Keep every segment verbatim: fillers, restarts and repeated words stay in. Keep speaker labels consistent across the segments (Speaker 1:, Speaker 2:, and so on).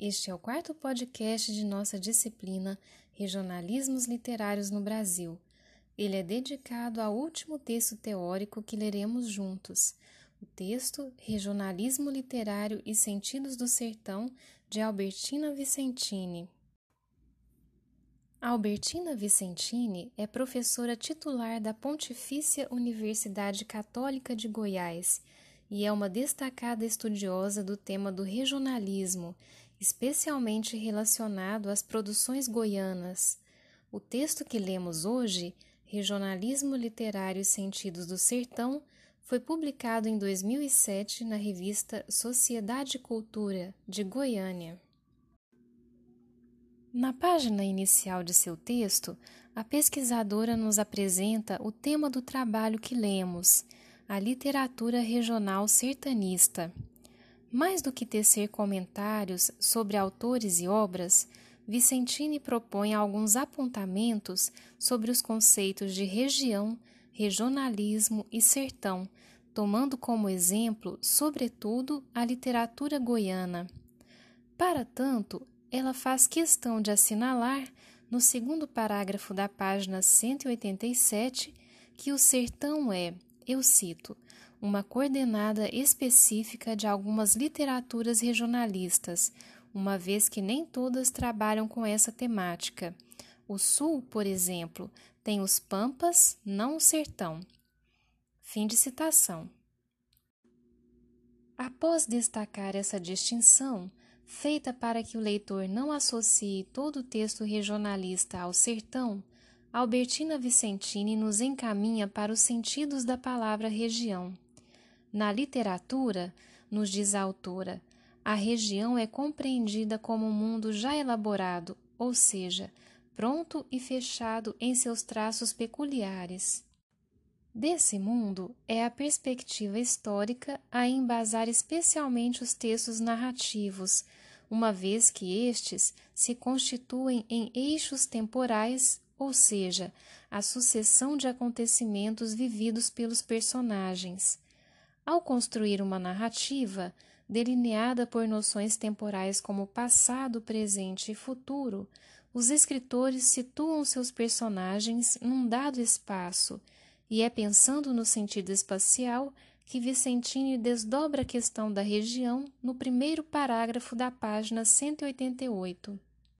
Speaker 1: Este é o quarto podcast de nossa disciplina Regionalismos Literários no Brasil. Ele é dedicado ao último texto teórico que leremos juntos, o texto Regionalismo Literário e Sentidos do Sertão, de Albertina Vicentini. Albertina Vicentini é professora titular da Pontifícia Universidade Católica de Goiás e é uma destacada estudiosa do tema do regionalismo, especialmente relacionado às produções goianas. O texto que lemos hoje, Regionalismo Literário e Sentidos do Sertão, foi publicado em dois mil e sete na revista Sociedade e Cultura, de Goiânia. Na página inicial de seu texto, a pesquisadora nos apresenta o tema do trabalho que lemos, a literatura regional sertanista. Mais do que tecer comentários sobre autores e obras, Vicentini propõe alguns apontamentos sobre os conceitos de região, regionalismo e sertão, tomando como exemplo, sobretudo, a literatura goiana. Para tanto, ela faz questão de assinalar, no segundo parágrafo da página cento e oitenta e sete, que o sertão é, eu cito, uma coordenada específica de algumas literaturas regionalistas, uma vez que nem todas trabalham com essa temática. O Sul, por exemplo, tem os Pampas, não o Sertão. Fim de citação. Após destacar essa distinção, feita para que o leitor não associe todo o texto regionalista ao sertão, Albertina Vicentini nos encaminha para os sentidos da palavra região. Na literatura, nos diz a autora, a região é compreendida como um mundo já elaborado, ou seja, pronto e fechado em seus traços peculiares. Desse mundo é a perspectiva histórica a embasar especialmente os textos narrativos, uma vez que estes se constituem em eixos temporais, ou seja, a sucessão de acontecimentos vividos pelos personagens. Ao construir uma narrativa, delineada por noções temporais como passado, presente e futuro, os escritores situam seus personagens num dado espaço, e é pensando no sentido espacial que Vicentini desdobra a questão da região no primeiro parágrafo da página cento e oitenta e oito.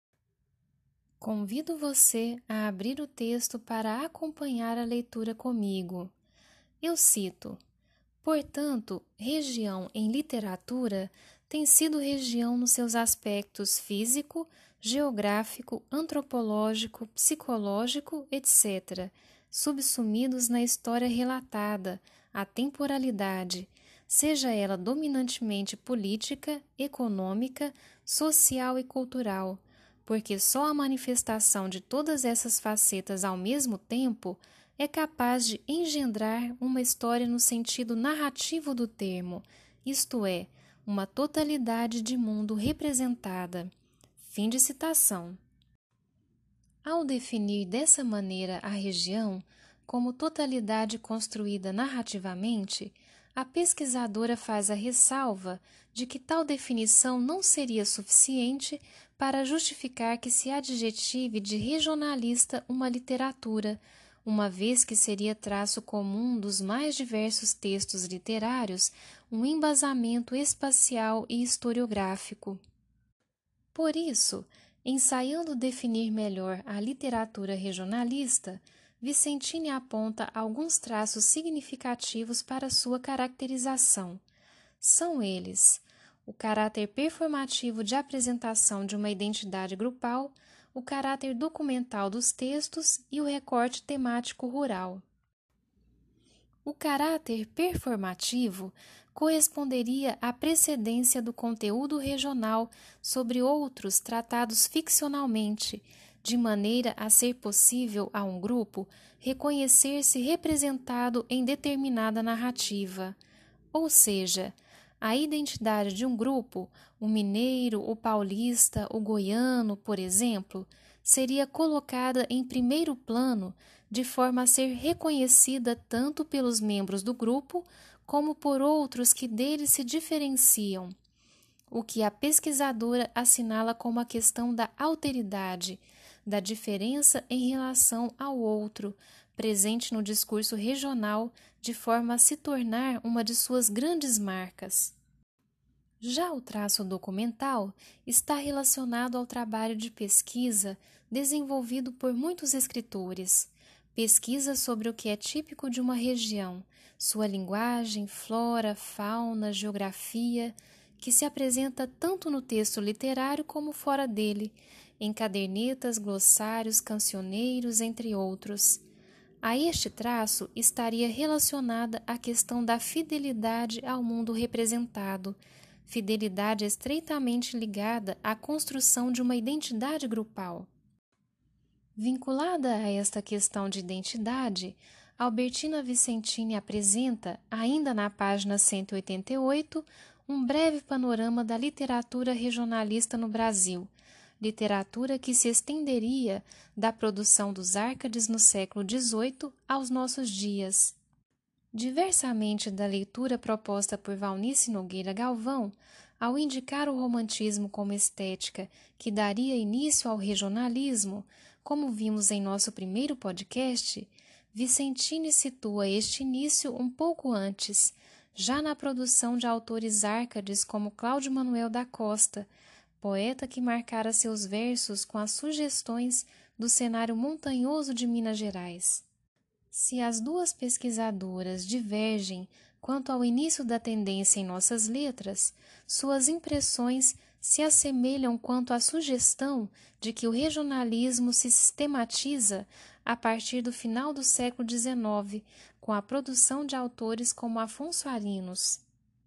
Speaker 1: Convido você a abrir o texto para acompanhar a leitura comigo. Eu cito: portanto, região em literatura tem sido região nos seus aspectos físico, geográfico, antropológico, psicológico, etcétera, subsumidos na história relatada, a temporalidade, seja ela dominantemente política, econômica, social e cultural, porque só a manifestação de todas essas facetas ao mesmo tempo é capaz de engendrar uma história no sentido narrativo do termo, isto é, uma totalidade de mundo representada. Fim de citação. Ao definir dessa maneira a região, como totalidade construída narrativamente, a pesquisadora faz a ressalva de que tal definição não seria suficiente para justificar que se adjetive de regionalista uma literatura, uma vez que seria traço comum dos mais diversos textos literários um embasamento espacial e historiográfico. Por isso, ensaiando definir melhor a literatura regionalista, Vicentini aponta alguns traços significativos para sua caracterização. São eles: o caráter performativo de apresentação de uma identidade grupal, o caráter documental dos textos e o recorte temático rural. O caráter performativo corresponderia à precedência do conteúdo regional sobre outros tratados ficcionalmente, de maneira a ser possível a um grupo reconhecer-se representado em determinada narrativa. Ou seja, a identidade de um grupo, o mineiro, o paulista, o goiano, por exemplo, seria colocada em primeiro plano de forma a ser reconhecida tanto pelos membros do grupo como por outros que dele se diferenciam. o que a pesquisadora assinala como a questão da alteridade, da diferença em relação ao outro, presente no discurso regional, de forma a se tornar uma de suas grandes marcas. Já o traço documental está relacionado ao trabalho de pesquisa desenvolvido por muitos escritores. Pesquisa sobre o que é típico de uma região, sua linguagem, flora, fauna, geografia, que se apresenta tanto no texto literário como fora dele, em cadernetas, glossários, cancioneiros, entre outros. A este traço estaria relacionada a questão da fidelidade ao mundo representado, fidelidade estreitamente ligada à construção de uma identidade grupal. Vinculada a esta questão de identidade, Albertina Vicentini apresenta, ainda na página cento e oitenta e oito, um breve panorama da literatura regionalista no Brasil, literatura que se estenderia da produção dos Árcades no século dezoito aos nossos dias. Diversamente da leitura proposta por Valnice Nogueira Galvão, ao indicar o romantismo como estética que daria início ao regionalismo, como vimos em nosso primeiro podcast, Vicentini situa este início um pouco antes, já na produção de autores árcades como Cláudio Manuel da Costa, poeta que marcara seus versos com as sugestões do cenário montanhoso de Minas Gerais. Se as duas pesquisadoras divergem quanto ao início da tendência em nossas letras, suas impressões se assemelham quanto à sugestão de que o regionalismo se sistematiza a partir do final do século dezenove, com a produção de autores como Afonso Arinos.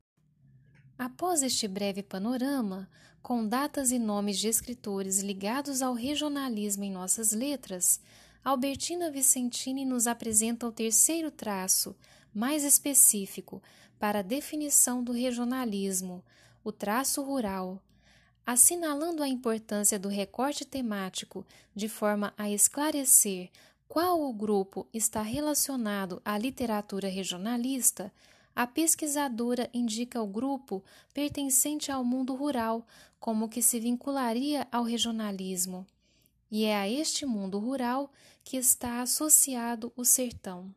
Speaker 1: Após este breve panorama, com datas e nomes de escritores ligados ao regionalismo em nossas letras, Albertina Vicentini nos apresenta o terceiro traço, mais específico, para a definição do regionalismo, o traço rural, assinalando a importância do recorte temático de forma a esclarecer qual o grupo está relacionado à literatura regionalista. A pesquisadora indica o grupo pertencente ao mundo rural como que se vincularia ao regionalismo. E é a este mundo rural que está associado o sertão.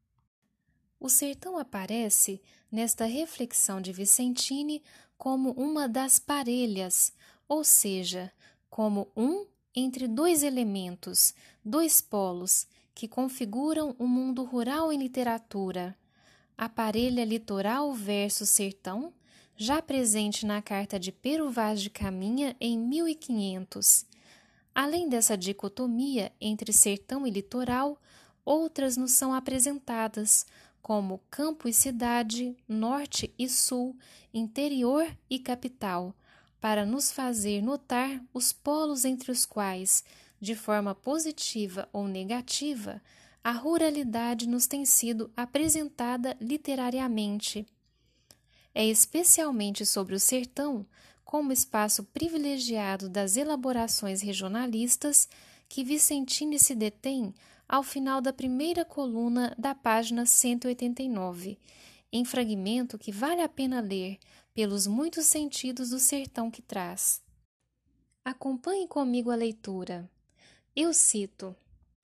Speaker 1: O sertão aparece, nesta reflexão de Vicentini, como uma das parelhas, ou seja, como um entre dois elementos, dois polos, que configuram o mundo rural em literatura. A parelha litoral versus sertão, já presente na carta de Pero Vaz de Caminha em mil e quinhentos. Além dessa dicotomia entre sertão e litoral, outras nos são apresentadas, como campo e cidade, norte e sul, interior e capital, para nos fazer notar os polos entre os quais, de forma positiva ou negativa, a ruralidade nos tem sido apresentada literariamente. É especialmente sobre o sertão, como espaço privilegiado das elaborações regionalistas, que Vicentini se detém ao final da primeira coluna da página cento e oitenta e nove, em fragmento que vale a pena ler pelos muitos sentidos do sertão que traz. Acompanhe comigo a leitura. Eu cito: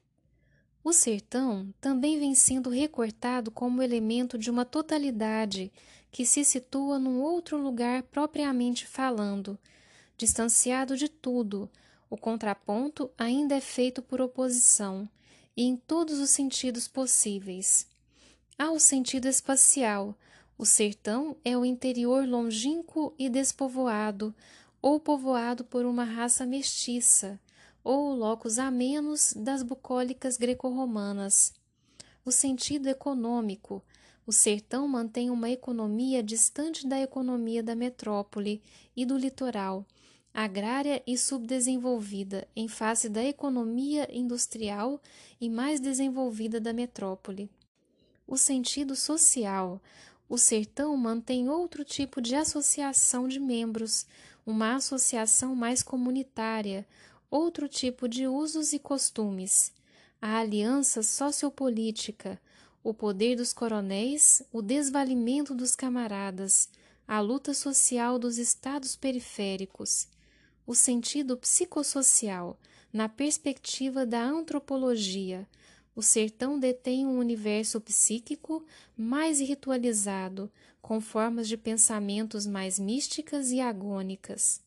Speaker 1: o sertão também vem sendo recortado como elemento de uma totalidade que se situa num outro lugar propriamente falando, distanciado de tudo. O contraponto ainda é feito por oposição, e em todos os sentidos possíveis. Há o sentido espacial. O sertão é o interior longínquo e despovoado, ou povoado por uma raça mestiça, ou o locus amenus das bucólicas greco-romanas. O sentido econômico. O sertão mantém uma economia distante da economia da metrópole e do litoral, agrária e subdesenvolvida em face da economia industrial e mais desenvolvida da metrópole. O sentido social. O sertão mantém outro tipo de associação de membros, uma associação mais comunitária, outro tipo de usos e costumes, a aliança sociopolítica, o poder dos coronéis, o desvalimento dos camaradas, a luta social dos estados periféricos, o sentido psicossocial, na perspectiva da antropologia. O sertão detém um universo psíquico mais ritualizado, com formas de pensamentos mais místicas e agônicas.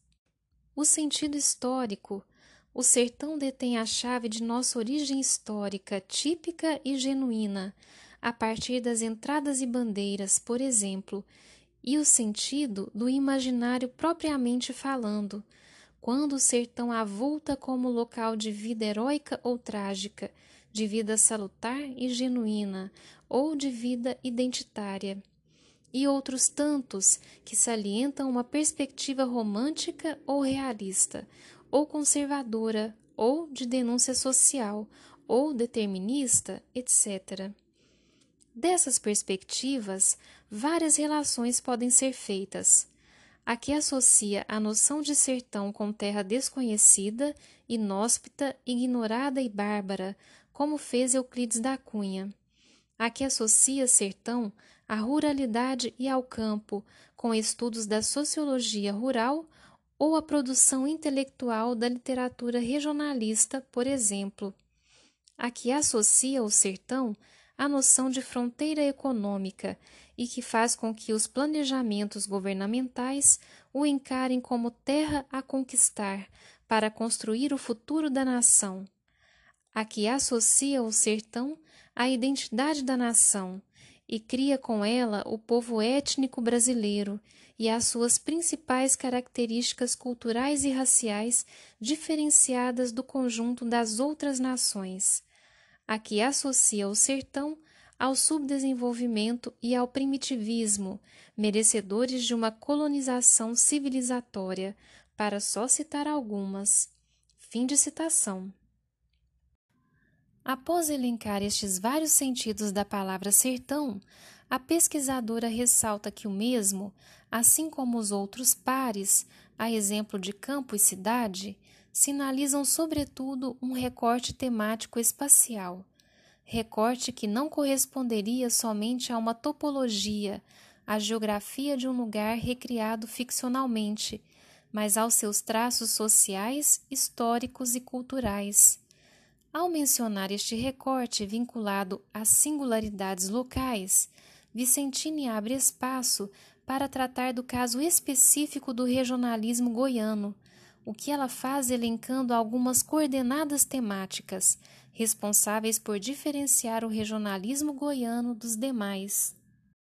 Speaker 1: O sentido histórico. O sertão detém a chave de nossa origem histórica, típica e genuína, a partir das entradas e bandeiras, por exemplo, e o sentido do imaginário propriamente falando, quando o sertão avulta como local de vida heróica ou trágica, de vida salutar e genuína, ou de vida identitária. E outros tantos que salientam uma perspectiva romântica ou realista, ou conservadora, ou de denúncia social, ou determinista, etcétera. Dessas perspectivas, várias relações podem ser feitas. A que associa a noção de sertão com terra desconhecida, inóspita, ignorada e bárbara, como fez Euclides da Cunha. A que associa sertão à ruralidade e ao campo, com estudos da sociologia rural ou a produção intelectual da literatura regionalista, por exemplo. A que associa o sertão à noção de fronteira econômica e que faz com que os planejamentos governamentais o encarem como terra a conquistar para construir o futuro da nação. A que associa o sertão à identidade da nação e cria com ela o povo étnico brasileiro e as suas principais características culturais e raciais diferenciadas do conjunto das outras nações. A que associa o sertão ao subdesenvolvimento e ao primitivismo, merecedores de uma colonização civilizatória, para só citar algumas. Fim de citação. Após elencar estes vários sentidos da palavra sertão, a pesquisadora ressalta que o mesmo, assim como os outros pares, a exemplo de campo e cidade, sinalizam sobretudo um recorte temático espacial, recorte que não corresponderia somente a uma topologia, a geografia de um lugar recriado ficcionalmente, mas aos seus traços sociais, históricos e culturais. Ao mencionar este recorte vinculado às singularidades locais, Vicentini abre espaço para tratar do caso específico do regionalismo goiano, o que ela faz elencando algumas coordenadas temáticas, responsáveis por diferenciar o regionalismo goiano dos demais.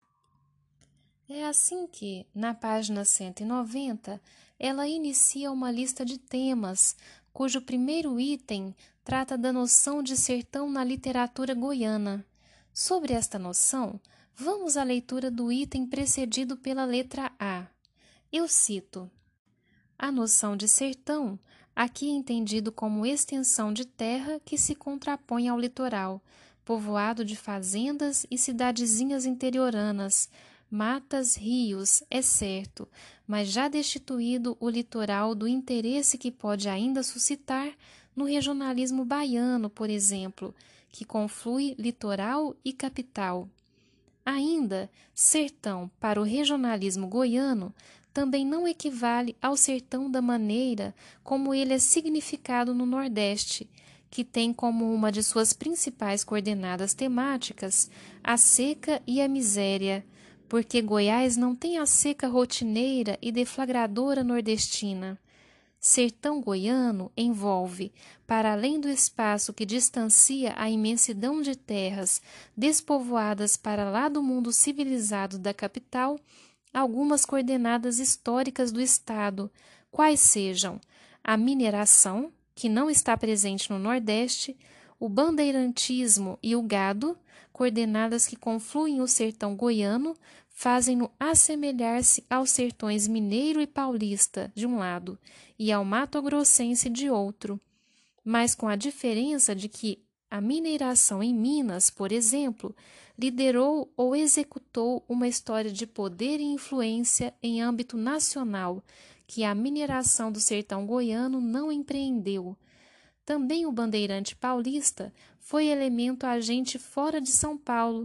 Speaker 1: É assim que, na página cento e noventa, ela inicia uma lista de temas, cujo primeiro item trata da noção de sertão na literatura goiana. Sobre esta noção, vamos à leitura do item precedido pela letra A. Eu cito: a noção de sertão, aqui entendido como extensão de terra que se contrapõe ao litoral, povoado de fazendas e cidadezinhas interioranas, matas, rios, é certo, mas já destituído o litoral do interesse que pode ainda suscitar no regionalismo baiano, por exemplo, que conflui litoral e capital. Ainda, sertão para o regionalismo goiano também não equivale ao sertão da maneira como ele é significado no Nordeste, que tem como uma de suas principais coordenadas temáticas a seca e a miséria, porque Goiás não tem a seca rotineira e deflagradora nordestina. Sertão goiano envolve, para além do espaço que distancia a imensidão de terras despovoadas para lá do mundo civilizado da capital, algumas coordenadas históricas do Estado, quais sejam a mineração, que não está presente no Nordeste, o bandeirantismo e o gado, coordenadas que confluem o sertão goiano, fazem-no assemelhar-se aos sertões mineiro e paulista, de um lado, e ao mato-grossense de outro, mas com a diferença de que a mineração em Minas, por exemplo, liderou ou executou uma história de poder e influência em âmbito nacional, que a mineração do sertão goiano não empreendeu. Também o bandeirante paulista foi elemento agente fora de São Paulo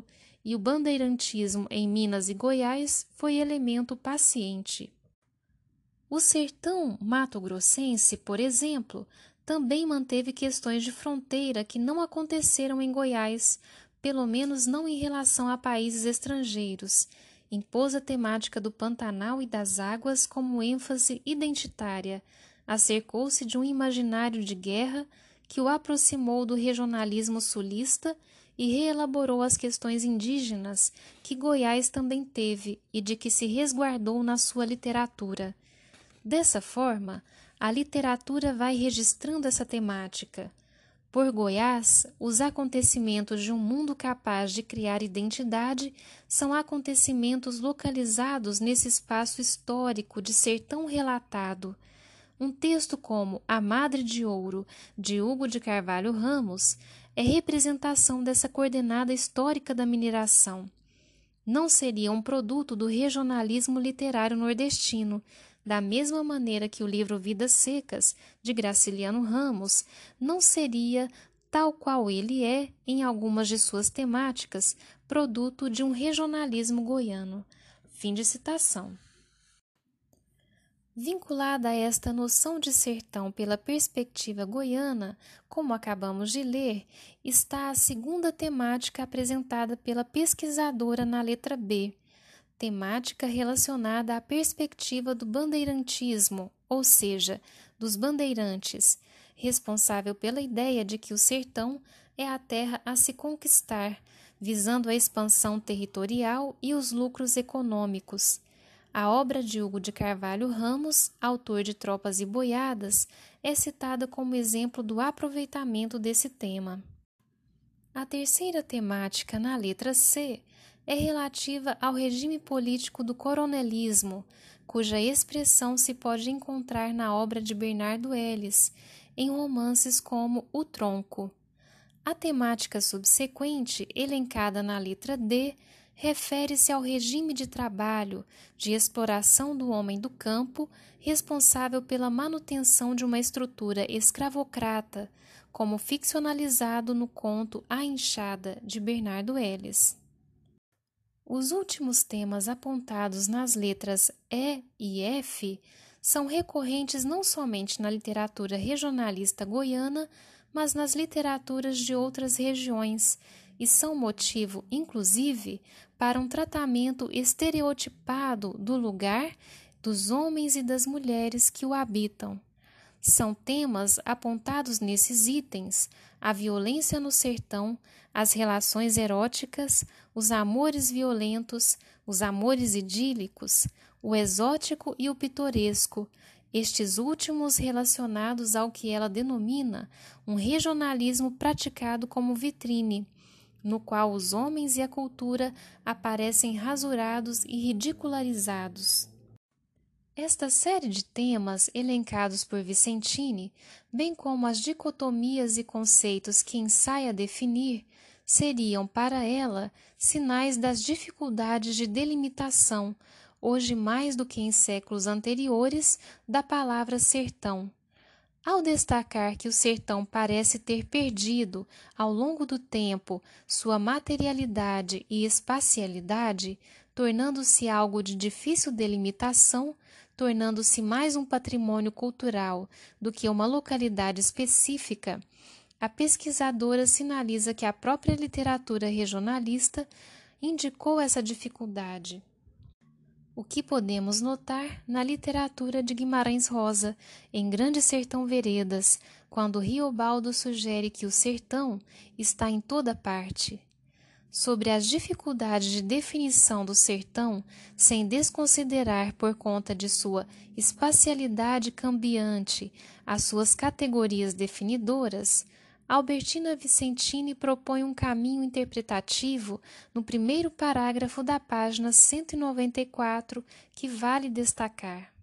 Speaker 1: e o bandeirantismo em Minas e Goiás foi elemento paciente. O sertão mato-grossense, por exemplo, também manteve questões de fronteira que não aconteceram em Goiás, pelo menos não em relação a países estrangeiros. Impôs a temática do Pantanal e das águas como ênfase identitária, acercou-se de um imaginário de guerra que o aproximou do regionalismo sulista e reelaborou as questões indígenas que Goiás também teve e de que se resguardou na sua literatura. Dessa forma, a literatura vai registrando essa temática. Por Goiás, os acontecimentos de um mundo capaz de criar identidade são acontecimentos localizados nesse espaço histórico de sertão relatado. Um texto como A Madre de Ouro, de Hugo de Carvalho Ramos, é representação dessa coordenada histórica da mineração. Não seria um produto do regionalismo literário nordestino, da mesma maneira que o livro Vidas Secas, de Graciliano Ramos, não seria, tal qual ele é, em algumas de suas temáticas, produto de um regionalismo goiano. Fim de citação. Vinculada a esta noção de sertão pela perspectiva goiana, como acabamos de ler, está a segunda temática apresentada pela pesquisadora na letra B, temática relacionada à perspectiva do bandeirantismo, ou seja, dos bandeirantes, responsável pela ideia de que o sertão é a terra a se conquistar, visando a expansão territorial e os lucros econômicos. A obra de Hugo de Carvalho Ramos, autor de Tropas e Boiadas, é citada como exemplo do aproveitamento desse tema. A terceira temática, na letra C, é relativa ao regime político do coronelismo, cuja expressão se pode encontrar na obra de Bernardo Ellis, em romances como O Tronco. A temática subsequente, elencada na letra D, refere-se ao regime de trabalho, de exploração do homem do campo, responsável pela manutenção de uma estrutura escravocrata, como ficcionalizado no conto A Enxada, de Bernardo Ellis. Os últimos temas apontados nas letras E e F são recorrentes não somente na literatura regionalista goiana, mas nas literaturas de outras regiões, e são motivo, inclusive, para um tratamento estereotipado do lugar, dos homens e das mulheres que o habitam. São temas apontados nesses itens: a violência no sertão, as relações eróticas, os amores violentos, os amores idílicos, o exótico e o pitoresco, estes últimos relacionados ao que ela denomina um regionalismo praticado como vitrine, no qual os homens e a cultura aparecem rasurados e ridicularizados. Esta série de temas elencados por Vicentini, bem como as dicotomias e conceitos que ensaia definir, seriam para ela sinais das dificuldades de delimitação, hoje mais do que em séculos anteriores, da palavra sertão. Ao destacar que o sertão parece ter perdido, ao longo do tempo, sua materialidade e espacialidade, tornando-se algo de difícil delimitação, tornando-se mais um patrimônio cultural do que uma localidade específica, a pesquisadora sinaliza que a própria literatura regionalista indicou essa dificuldade. O que podemos notar na literatura de Guimarães Rosa, em Grande Sertão Veredas, quando Riobaldo sugere que o sertão está em toda parte. Sobre as dificuldades de definição do sertão, sem desconsiderar por conta de sua espacialidade cambiante as suas categorias definidoras, Albertina Vicentini propõe um caminho interpretativo no primeiro parágrafo da página cento e noventa e quatro que vale destacar.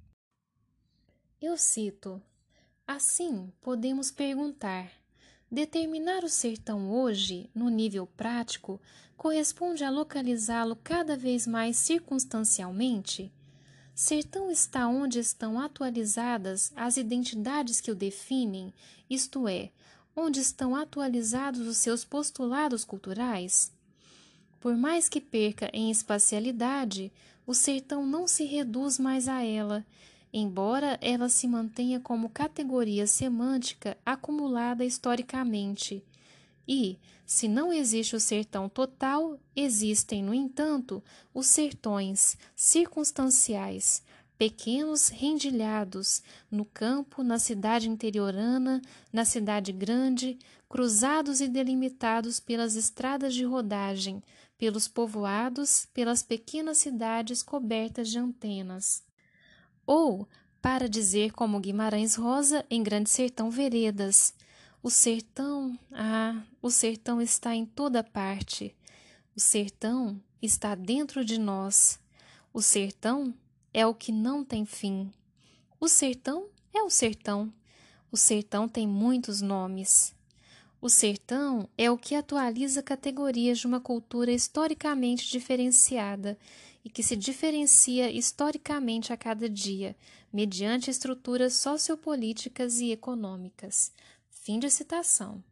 Speaker 1: Eu cito: assim, podemos perguntar: determinar o sertão hoje, no nível prático, corresponde a localizá-lo cada vez mais circunstancialmente? Sertão está onde estão atualizadas as identidades que o definem, isto é, onde estão atualizados os seus postulados culturais? Por mais que perca em espacialidade, o sertão não se reduz mais a ela, embora ela se mantenha como categoria semântica acumulada historicamente. E, se não existe o sertão total, existem, no entanto, os sertões circunstanciais, pequenos rendilhados, no campo, na cidade interiorana, na cidade grande, cruzados e delimitados pelas estradas de rodagem, pelos povoados, pelas pequenas cidades cobertas de antenas. Ou, para dizer como Guimarães Rosa em Grande Sertão Veredas, o sertão, ah, o sertão está em toda parte. O sertão está dentro de nós. O sertão é o que não tem fim. O sertão é o sertão. O sertão tem muitos nomes. O sertão é o que atualiza categorias de uma cultura historicamente diferenciada e que se diferencia historicamente a cada dia, mediante estruturas sociopolíticas e econômicas. Fim de citação.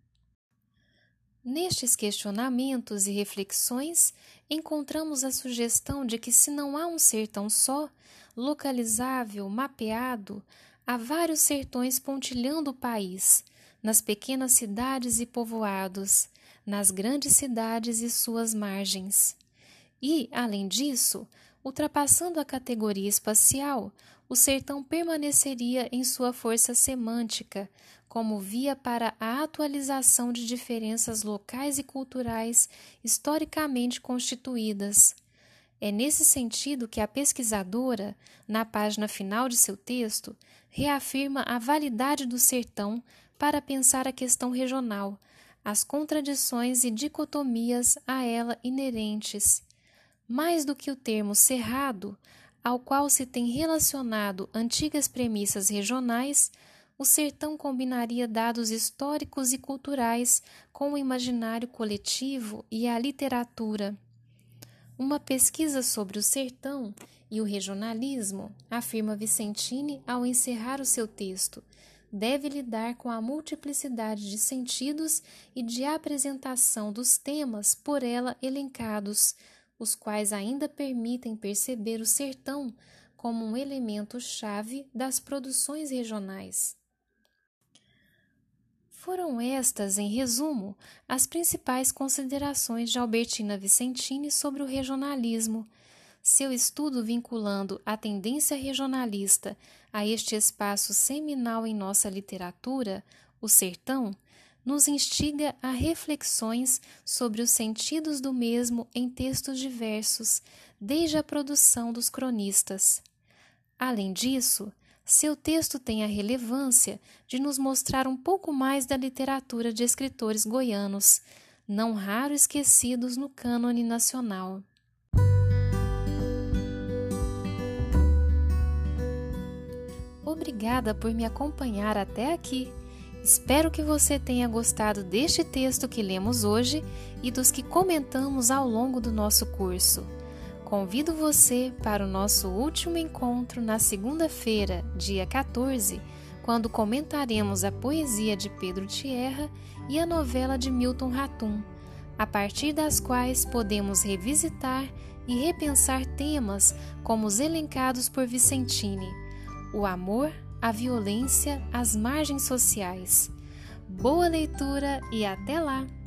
Speaker 1: Nestes questionamentos e reflexões, encontramos a sugestão de que, se não há um sertão só, localizável, mapeado, há vários sertões pontilhando o país, nas pequenas cidades e povoados, nas grandes cidades e suas margens. E, além disso, ultrapassando a categoria espacial, o sertão permaneceria em sua força semântica, como via para a atualização de diferenças locais e culturais historicamente constituídas. É nesse sentido que a pesquisadora, na página final de seu texto, reafirma a validade do sertão para pensar a questão regional, as contradições e dicotomias a ela inerentes. Mais do que o termo cerrado, ao qual se tem relacionado antigas premissas regionais, o sertão combinaria dados históricos e culturais com o imaginário coletivo e a literatura. Uma pesquisa sobre o sertão e o regionalismo, afirma Vicentini ao encerrar o seu texto, deve lidar com a multiplicidade de sentidos e de apresentação dos temas por ela elencados, os quais ainda permitem perceber o sertão como um elemento-chave das produções regionais. Foram estas, em resumo, as principais considerações de Albertina Vicentini sobre o regionalismo. Seu estudo vinculando a tendência regionalista a este espaço seminal em nossa literatura, o sertão, nos instiga a reflexões sobre os sentidos do mesmo em textos diversos, desde a produção dos cronistas. Além disso, seu texto tem a relevância de nos mostrar um pouco mais da literatura de escritores goianos, não raro esquecidos no cânone nacional. Obrigada por me acompanhar até aqui. Espero que você tenha gostado deste texto que lemos hoje e dos que comentamos ao longo do nosso curso. Convido você para o nosso último encontro na segunda-feira, dia quatorze, quando comentaremos a poesia de Pedro Tierra e a novela de Milton Ratum, a partir das quais podemos revisitar e repensar temas como os elencados por Vicentini: o amor, a violência, as margens sociais. Boa leitura e até lá!